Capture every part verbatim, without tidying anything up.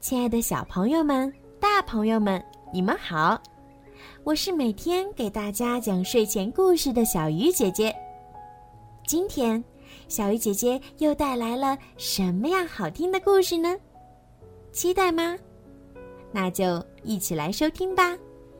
亲爱的小朋友们、大朋友们，你们好！我是每天给大家讲睡前故事的小鱼姐姐。今天，小鱼姐姐又带来了什么样好听的故事呢？期待吗？那就一起来收听吧。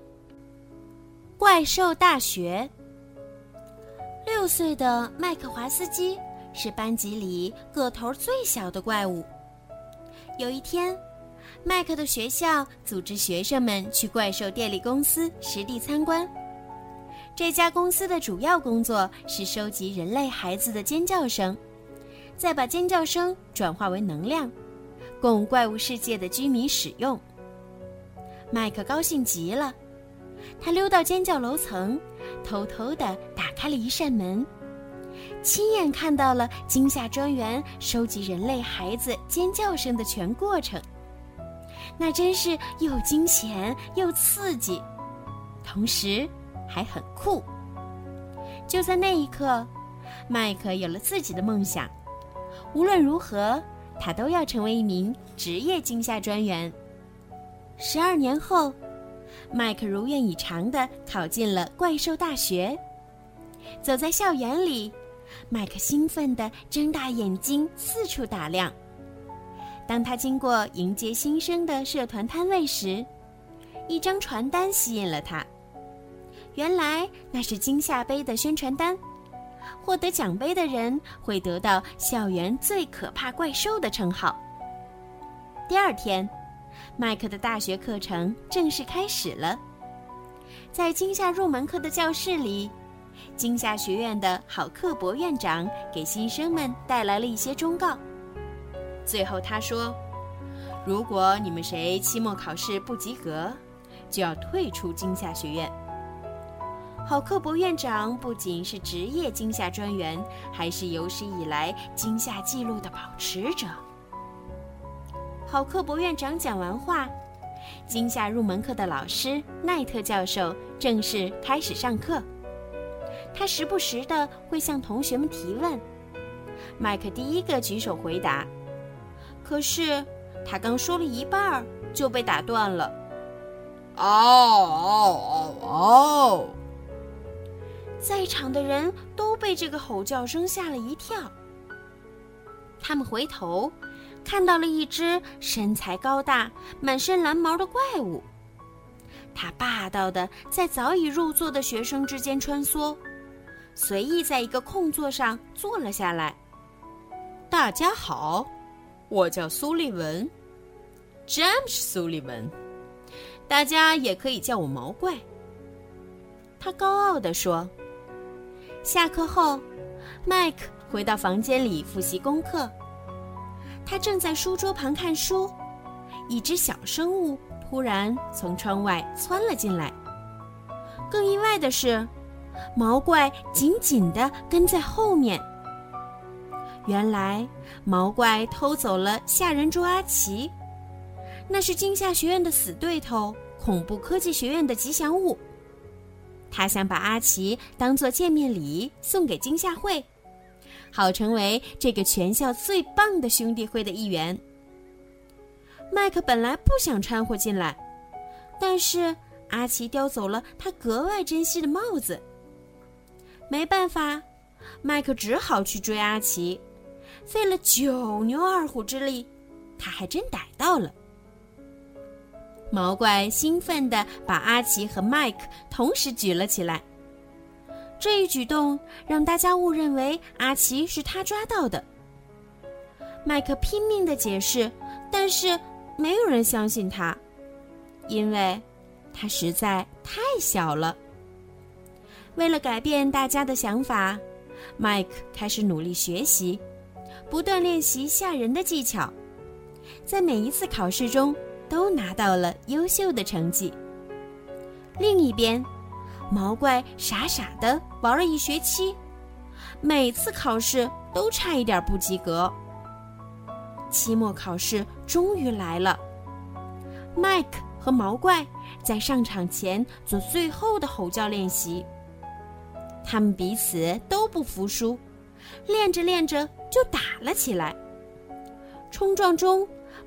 怪兽大学。六岁的麦克华斯基是班级里个头最小的怪物。有一天，麦克的学校组织学生们去怪兽电力公司实地参观。这家公司的主要工作是收集人类孩子的尖叫声，再把尖叫声转化为能量，供怪物世界的居民使用。麦克高兴极了，他溜到尖叫楼层，偷偷地打开了一扇门，亲眼看到了惊吓专员收集人类孩子尖叫声的全过程。那真是又惊险又刺激，同时还很酷。就在那一刻，麦克有了自己的梦想，无论如何，他都要成为一名职业惊吓专员。十二年后，麦克如愿以偿地考进了怪兽大学。走在校园里，麦克兴奋地睁大眼睛四处打量。当他经过迎接新生的社团摊位时，一张传单吸引了他。原来那是惊吓杯的宣传单，获得奖杯的人会得到校园最可怕怪兽的称号。第二天，麦克的大学课程正式开始了。在惊吓入门课的教室里，惊吓学院的郝克伯院长给新生们带来了一些忠告。最后他说，如果你们谁期末考试不及格，就要退出惊吓学院。郝克伯院长不仅是职业惊吓专员，还是有史以来惊吓记录的保持者。郝克伯院长讲完话，惊吓入门课的老师奈特教授正式开始上课。他时不时地会向同学们提问，麦克第一个举手回答，可是他刚说了一半就被打断了。哦哦哦哦！在场的人都被这个吼叫声吓了一跳。他们回头看到了一只身材高大、满身蓝毛的怪物，它霸道地在早已入座的学生之间穿梭，随意在一个空座上坐了下来。大家好，我叫苏利文，詹姆斯·苏利文，大家也可以叫我毛怪。他高傲地说。下课后，麦克回到房间里复习功课。他正在书桌旁看书，一只小生物突然从窗外窜了进来。更意外的是，毛怪紧紧地跟在后面。原来毛怪偷走了吓人猪阿奇，那是惊吓学院的死对头恐怖科技学院的吉祥物。他想把阿奇当作见面礼送给惊吓会，好成为这个全校最棒的兄弟会的一员。麦克本来不想掺和进来，但是阿奇叼走了他格外珍惜的帽子。没办法，麦克只好去追阿奇，费了九牛二虎之力，他还真逮到了。毛怪兴奋地把阿奇和麦克同时举了起来，这一举动让大家误认为阿奇是他抓到的。麦克拼命地解释，但是没有人相信他，因为他实在太小了。为了改变大家的想法，麦克开始努力学习，不断练习吓人的技巧，在每一次考试中都拿到了优秀的成绩。另一边，毛怪傻傻地玩了一学期，每次考试都差一点不及格。期末考试终于来了，麦克和毛怪在上场前做最后的吼叫练习。他们彼此都不服输，练着练着就打了起来。冲撞中，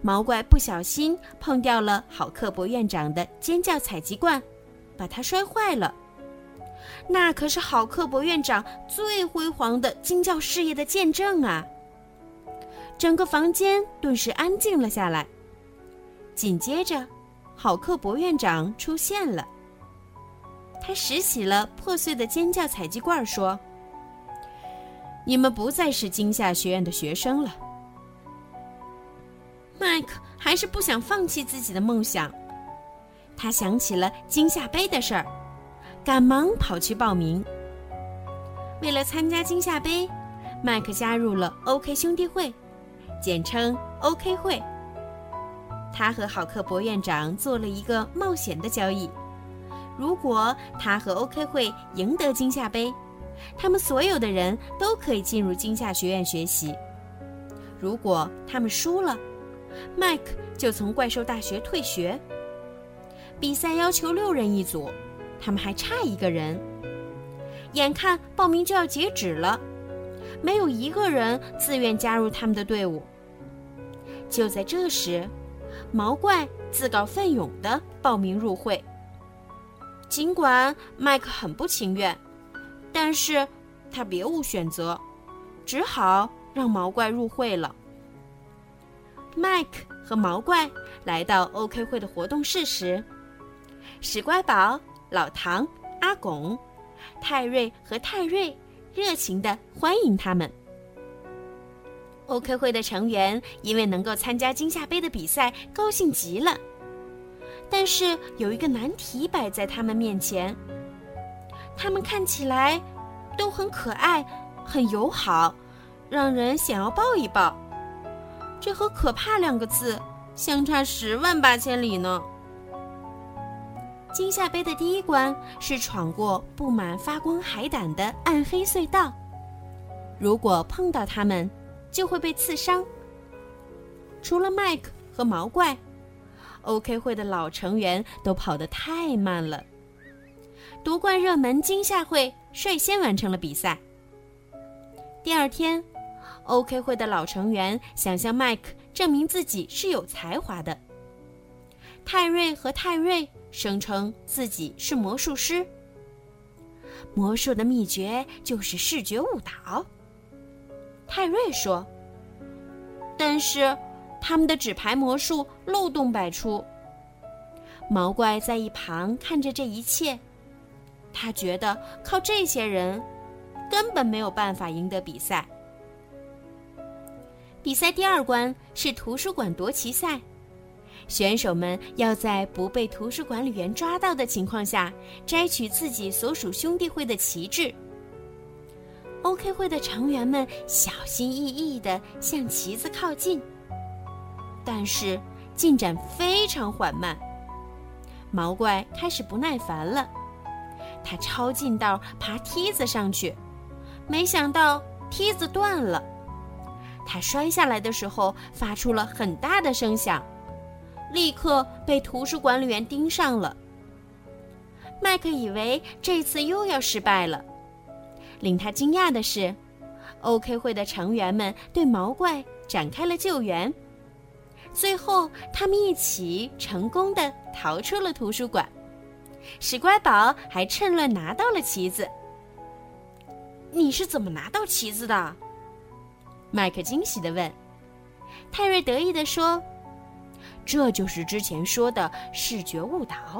毛怪不小心碰掉了郝克伯院长的尖叫采集罐，把它摔坏了。那可是郝克伯院长最辉煌的惊叫事业的见证啊！整个房间顿时安静了下来。紧接着，郝克伯院长出现了。他拾起了破碎的尖叫采集罐，说：“你们不再是惊吓学院的学生了。”麦克还是不想放弃自己的梦想。他想起了惊吓杯的事儿，赶忙跑去报名。为了参加惊吓杯，麦克加入了 OK 兄弟会，简称 OK 会。他和郝克伯院长做了一个冒险的交易，如果他和 OK 会赢得惊吓杯，他们所有的人都可以进入惊吓学院学习。如果他们输了，麦克就从怪兽大学退学。比赛要求六人一组，他们还差一个人。眼看报名就要截止了，没有一个人自愿加入他们的队伍。就在这时，毛怪自告奋勇地报名入会。尽管麦克很不情愿，但是他别无选择，只好让毛怪入会了。麦克和毛怪来到 OK 会的活动室时，史乖宝、老唐、阿拱、泰瑞和泰瑞热情地欢迎他们。OK 会的成员因为能够参加惊吓杯的比赛，高兴极了。但是有一个难题摆在他们面前，他们看起来都很可爱，很友好，让人想要抱一抱。这和可怕两个字相差十万八千里呢。惊吓杯的第一关是闯过布满发光海胆的暗黑隧道，如果碰到他们，就会被刺伤。除了麦克和毛怪， OK 会的老成员都跑得太慢了。夺冠热门惊吓会率先完成了比赛。第二天， OK 会的老成员想向麦克证明自己是有才华的。泰瑞和泰瑞声称自己是魔术师，魔术的秘诀就是视觉误导。泰瑞说，但是他们的纸牌魔术漏洞百出。毛怪在一旁看着这一切，他觉得靠这些人根本没有办法赢得比赛。比赛第二关是图书馆夺旗赛，选手们要在不被图书管理员抓到的情况下，摘取自己所属兄弟会的旗帜。OK 会的成员们小心翼翼地向旗子靠近，但是进展非常缓慢。毛怪开始不耐烦了，他抄近道爬梯子上去，没想到梯子断了。他摔下来的时候发出了很大的声响，立刻被图书管理员盯上了。麦克以为这次又要失败了。令他惊讶的是， OK 会的成员们对毛怪展开了救援，最后他们一起成功地逃出了图书馆。史乖宝还趁乱拿到了旗子。你是怎么拿到旗子的？麦克惊喜地问。泰瑞得意地说，这就是之前说的视觉误导。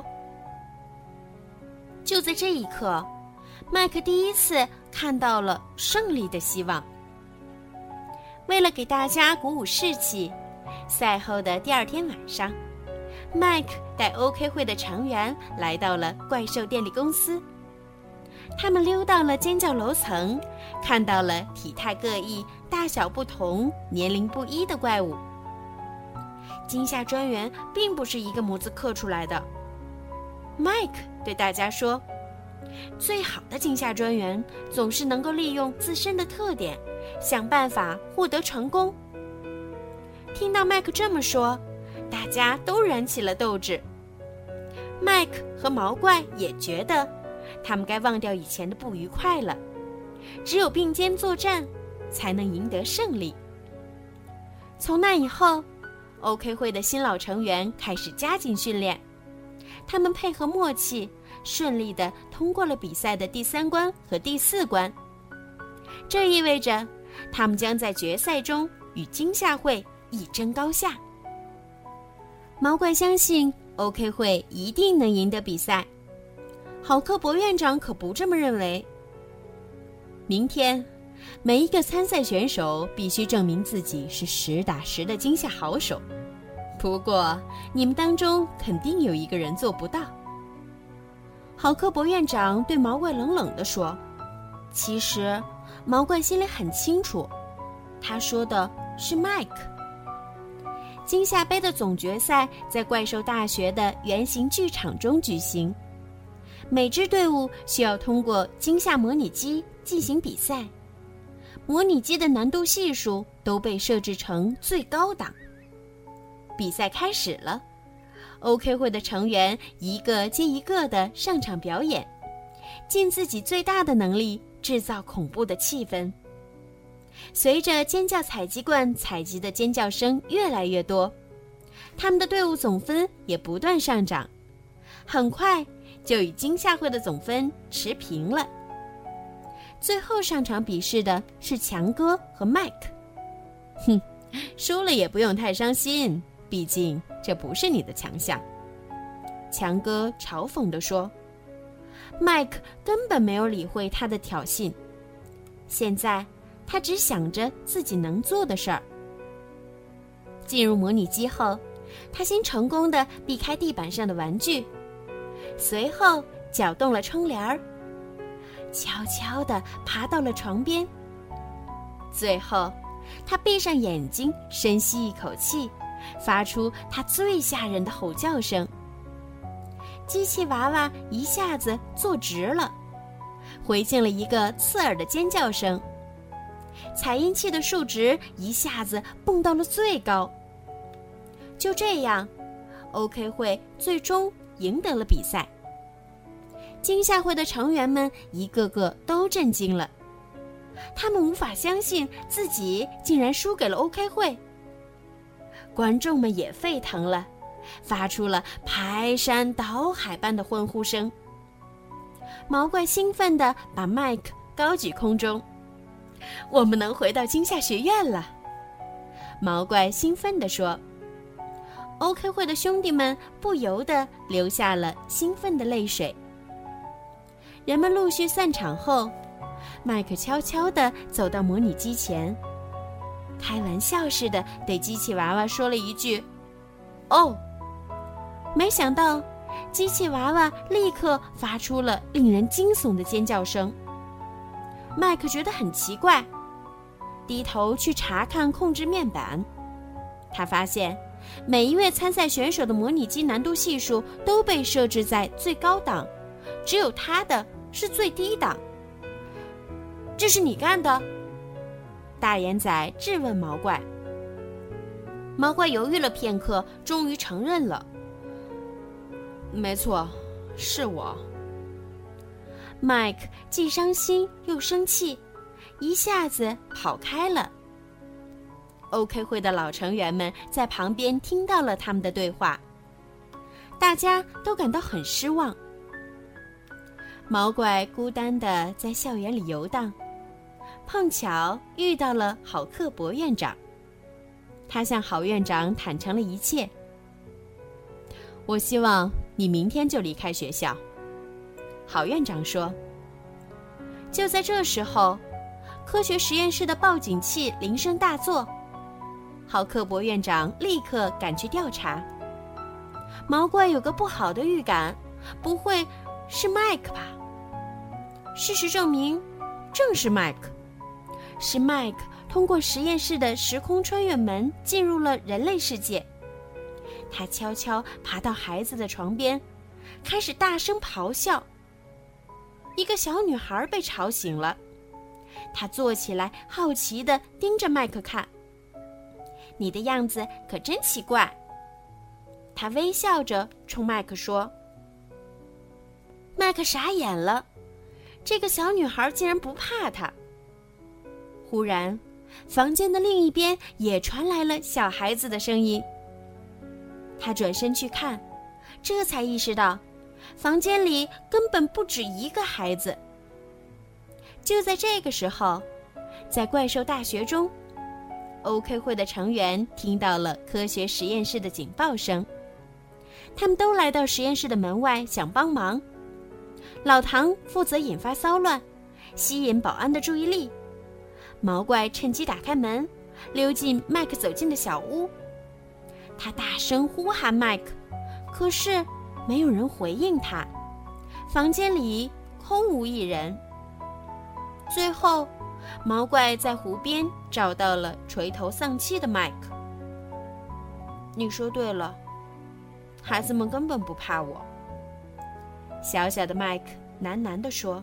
就在这一刻，麦克第一次看到了胜利的希望。为了给大家鼓舞士气，赛后的第二天晚上，麦克带 OK 会的成员来到了怪兽电力公司。他们溜到了尖叫楼层，看到了体态各异、大小不同、年龄不一的怪物。惊吓专员并不是一个模子刻出来的。麦克对大家说，最好的惊吓专员总是能够利用自身的特点，想办法获得成功。听到麦克这么说，大家都燃起了斗志。麦克和毛怪也觉得他们该忘掉以前的不愉快了，只有并肩作战才能赢得胜利。从那以后， OK 会的新老成员开始加紧训练，他们配合默契，顺利地通过了比赛的第三关和第四关。这意味着他们将在决赛中与惊吓会一争高下。毛怪相信 OK 会一定能赢得比赛，郝克伯院长可不这么认为。明天，每一个参赛选手必须证明自己是实打实的惊吓好手。不过，你们当中肯定有一个人做不到。郝克伯院长对毛怪冷冷地说。其实，毛怪心里很清楚，他说的是麦克。惊吓杯的总决赛在怪兽大学的圆形剧场中举行，每支队伍需要通过惊吓模拟机进行比赛，模拟机的难度系数都被设置成最高档。比赛开始了， OK 会的成员一个接一个地上场表演，尽自己最大的能力制造恐怖的气氛。随着尖叫采集罐采集的尖叫声越来越多，他们的队伍总分也不断上涨，很快就与惊吓会的总分持平了。最后上场比试的是强哥和麦克。哼，输了也不用太伤心，毕竟这不是你的强项。强哥嘲讽地说。麦克根本没有理会他的挑衅，现在他只想着自己能做的事儿。进入模拟机后，他先成功地避开地板上的玩具，随后搅动了窗帘儿，悄悄地爬到了床边。最后，他闭上眼睛，深吸一口气，发出他最吓人的吼叫声。机器娃娃一下子坐直了，回敬了一个刺耳的尖叫声。采音器的数值一下子蹦到了最高。就这样 ，OK 会最终赢得了比赛。惊吓会的成员们一个个都震惊了，他们无法相信自己竟然输给了 OK 会。观众们也沸腾了，发出了排山倒海般的欢呼声。毛怪兴奋地把麦克高举空中，我们能回到惊吓学院了！毛怪兴奋地说。OK 会的兄弟们不由得流下了兴奋的泪水。人们陆续散场后，麦克悄悄地走到模拟机前，开玩笑似的对机器娃娃说了一句：“哦。”没想到，机器娃娃立刻发出了令人惊悚的尖叫声。麦克觉得很奇怪，低头去查看控制面板。他发现，每一位参赛选手的模拟机难度系数都被设置在最高档，只有他的是最低档。这是你干的？大眼仔质问毛怪。毛怪犹豫了片刻，终于承认了。没错，是我。麦克既伤心又生气，一下子跑开了。OK 会的老成员们在旁边听到了他们的对话，大家都感到很失望。毛怪孤单地在校园里游荡，碰巧遇到了郝克伯院长，他向郝院长坦诚了一切。我希望你明天就离开学校，郝院长说。就在这时候，科学实验室的报警器铃声大作，郝克伯院长立刻赶去调查。毛怪有个不好的预感，不会是麦克吧？事实证明，正是麦克。是麦克通过实验室的时空穿越门进入了人类世界。他悄悄爬到孩子的床边，开始大声咆哮。一个小女孩被吵醒了，她坐起来，好奇地盯着麦克看。你的样子可真奇怪，她微笑着冲麦克说。麦克傻眼了，这个小女孩竟然不怕他。忽然，房间的另一边也传来了小孩子的声音： 他转身去看，这才意识到房间里根本不止一个孩子。就在这个时候，在怪兽大学中， OK 会的成员听到了科学实验室的警报声，他们都来到实验室的门外想帮忙。老唐负责引发骚乱，吸引保安的注意力。毛怪趁机打开门，溜进麦克走进的小屋。他大声呼喊麦克，可是没有人回应他，房间里空无一人。最后，毛怪在湖边找到了垂头丧气的麦克。你说对了，孩子们根本不怕我。小小的麦克喃喃地说。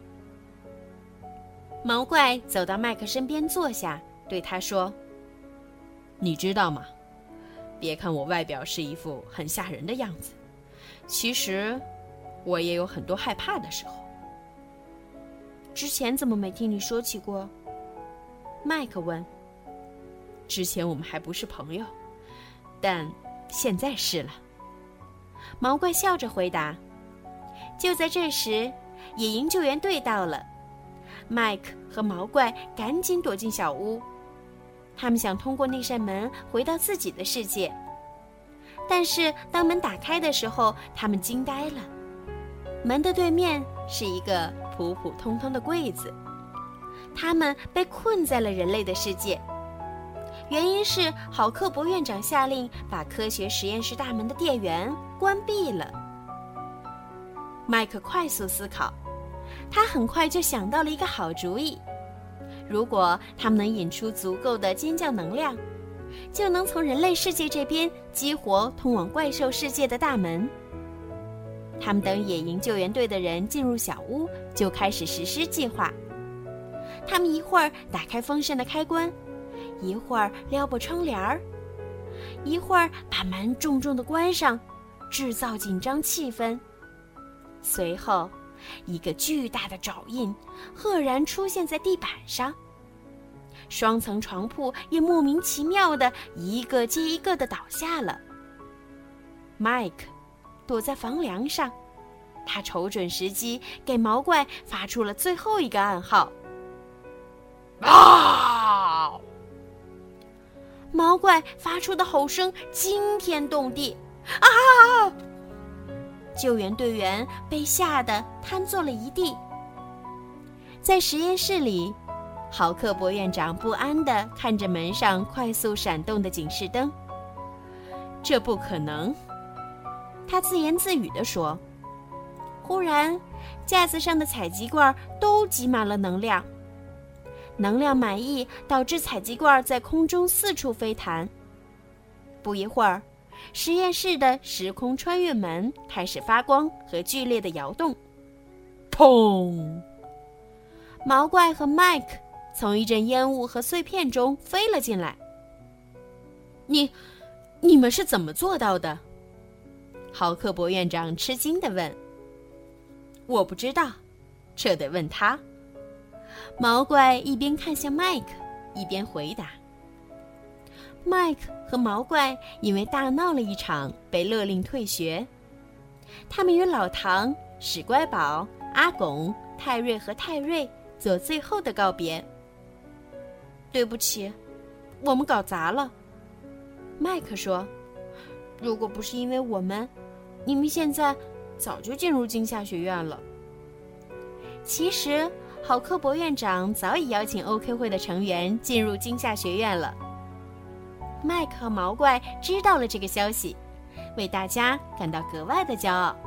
毛怪走到麦克身边坐下，对他说：你知道吗？别看我外表是一副很吓人的样子，其实我也有很多害怕的时候。之前怎么没听你说起过？麦克问。之前我们还不是朋友，但现在是了。毛怪笑着回答。就在这时，野营救援队到了，麦克和毛怪赶紧躲进小屋，他们想通过那扇门回到自己的世界。但是当门打开的时候，他们惊呆了。门的对面是一个普普通通的柜子，他们被困在了人类的世界。原因是郝克伯院长下令把科学实验室大门的电源关闭了。麦克快速思考，他很快就想到了一个好主意。如果他们能引出足够的尖叫能量，就能从人类世界这边激活通往怪兽世界的大门。他们等野营救援队的人进入小屋，就开始实施计划。他们一会儿打开风扇的开关，一会儿撩拨窗帘儿，一会儿把门重重地关上，制造紧张气氛。随后，一个巨大的爪印赫然出现在地板上，双层床铺也莫名其妙地一个接一个地倒下了。麦克躲在房梁上，他瞅准时机，给毛怪发出了最后一个暗号。啊！毛怪发出的吼声惊天动地。啊！救援队员被吓得瘫坐了一地。在实验室里，郝克伯院长不安地看着门上快速闪动的警示灯。这不可能，他自言自语地说。忽然，架子上的采集罐都挤满了能量，能量满溢导致采集罐在空中四处飞弹。不一会儿，实验室的时空穿越门开始发光和剧烈的摇动。砰！毛怪和麦克从一阵烟雾和碎片中飞了进来。你你们是怎么做到的？郝克伯院长吃惊地问。我不知道，这得问他。毛怪一边看向麦克，一边回答。麦克和毛怪因为大闹了一场，被勒令退学。他们与老唐、史乖宝、阿拱、泰瑞和泰瑞做最后的告别。对不起，我们搞砸了。麦克说，如果不是因为我们，你们现在早就进入惊吓学院了。其实郝克伯院长早已邀请 OK 会的成员进入惊吓学院了。麦克和毛怪知道了这个消息，为大家感到格外的骄傲。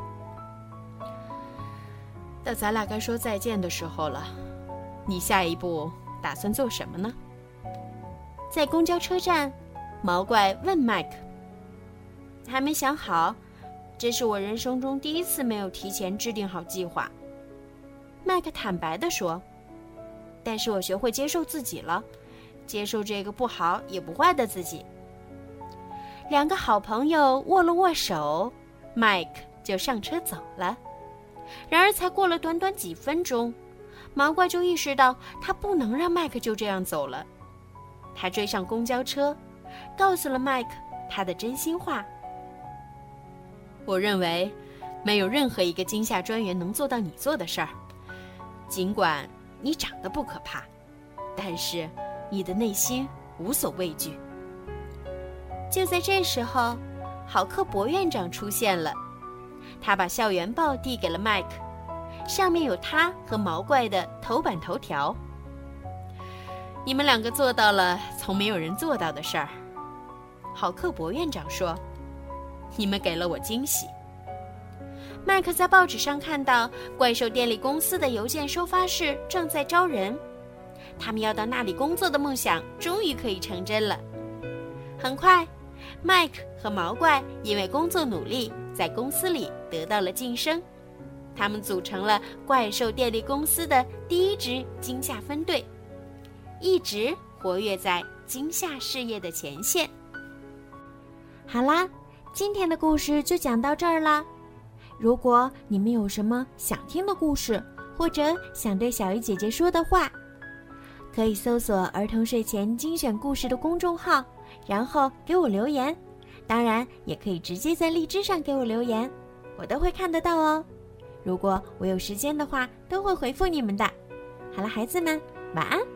到咱俩该说再见的时候了，你下一步打算做什么呢？在公交车站，毛怪问麦克。还没想好，这是我人生中第一次没有提前制定好计划。麦克坦白地说，但是我学会接受自己了，接受这个不好也不坏的自己。两个好朋友握了握手，麦克就上车走了。然而才过了短短几分钟，毛怪就意识到他不能让麦克就这样走了。他追上公交车，告诉了麦克他的真心话。 我认为没有任何一个惊吓专员能做到你做的事儿。尽管你长得不可怕，但是你的内心无所畏惧。 就在这时候，郝克伯院长出现了，他把校园报递给了麦克，上面有他和毛怪的头版头条。 你们两个做到了从没有人做到的事儿，郝克伯院长说，你们给了我惊喜。 麦克在报纸上看到怪兽电力公司的邮件收发室正在招人，他们要到那里工作的梦想终于可以成真了。很快，麦克和毛怪因为工作努力，在公司里得到了晋升，他们组成了怪兽电力公司的第一支惊吓分队，一直活跃在惊吓事业的前线。好啦，今天的故事就讲到这儿啦。如果你们有什么想听的故事，或者想对小鱼姐姐说的话，可以搜索儿童睡前精选故事的公众号，然后给我留言。当然也可以直接在荔枝上给我留言，我都会看得到哦。如果我有时间的话，都会回复你们的。好了，孩子们，晚安。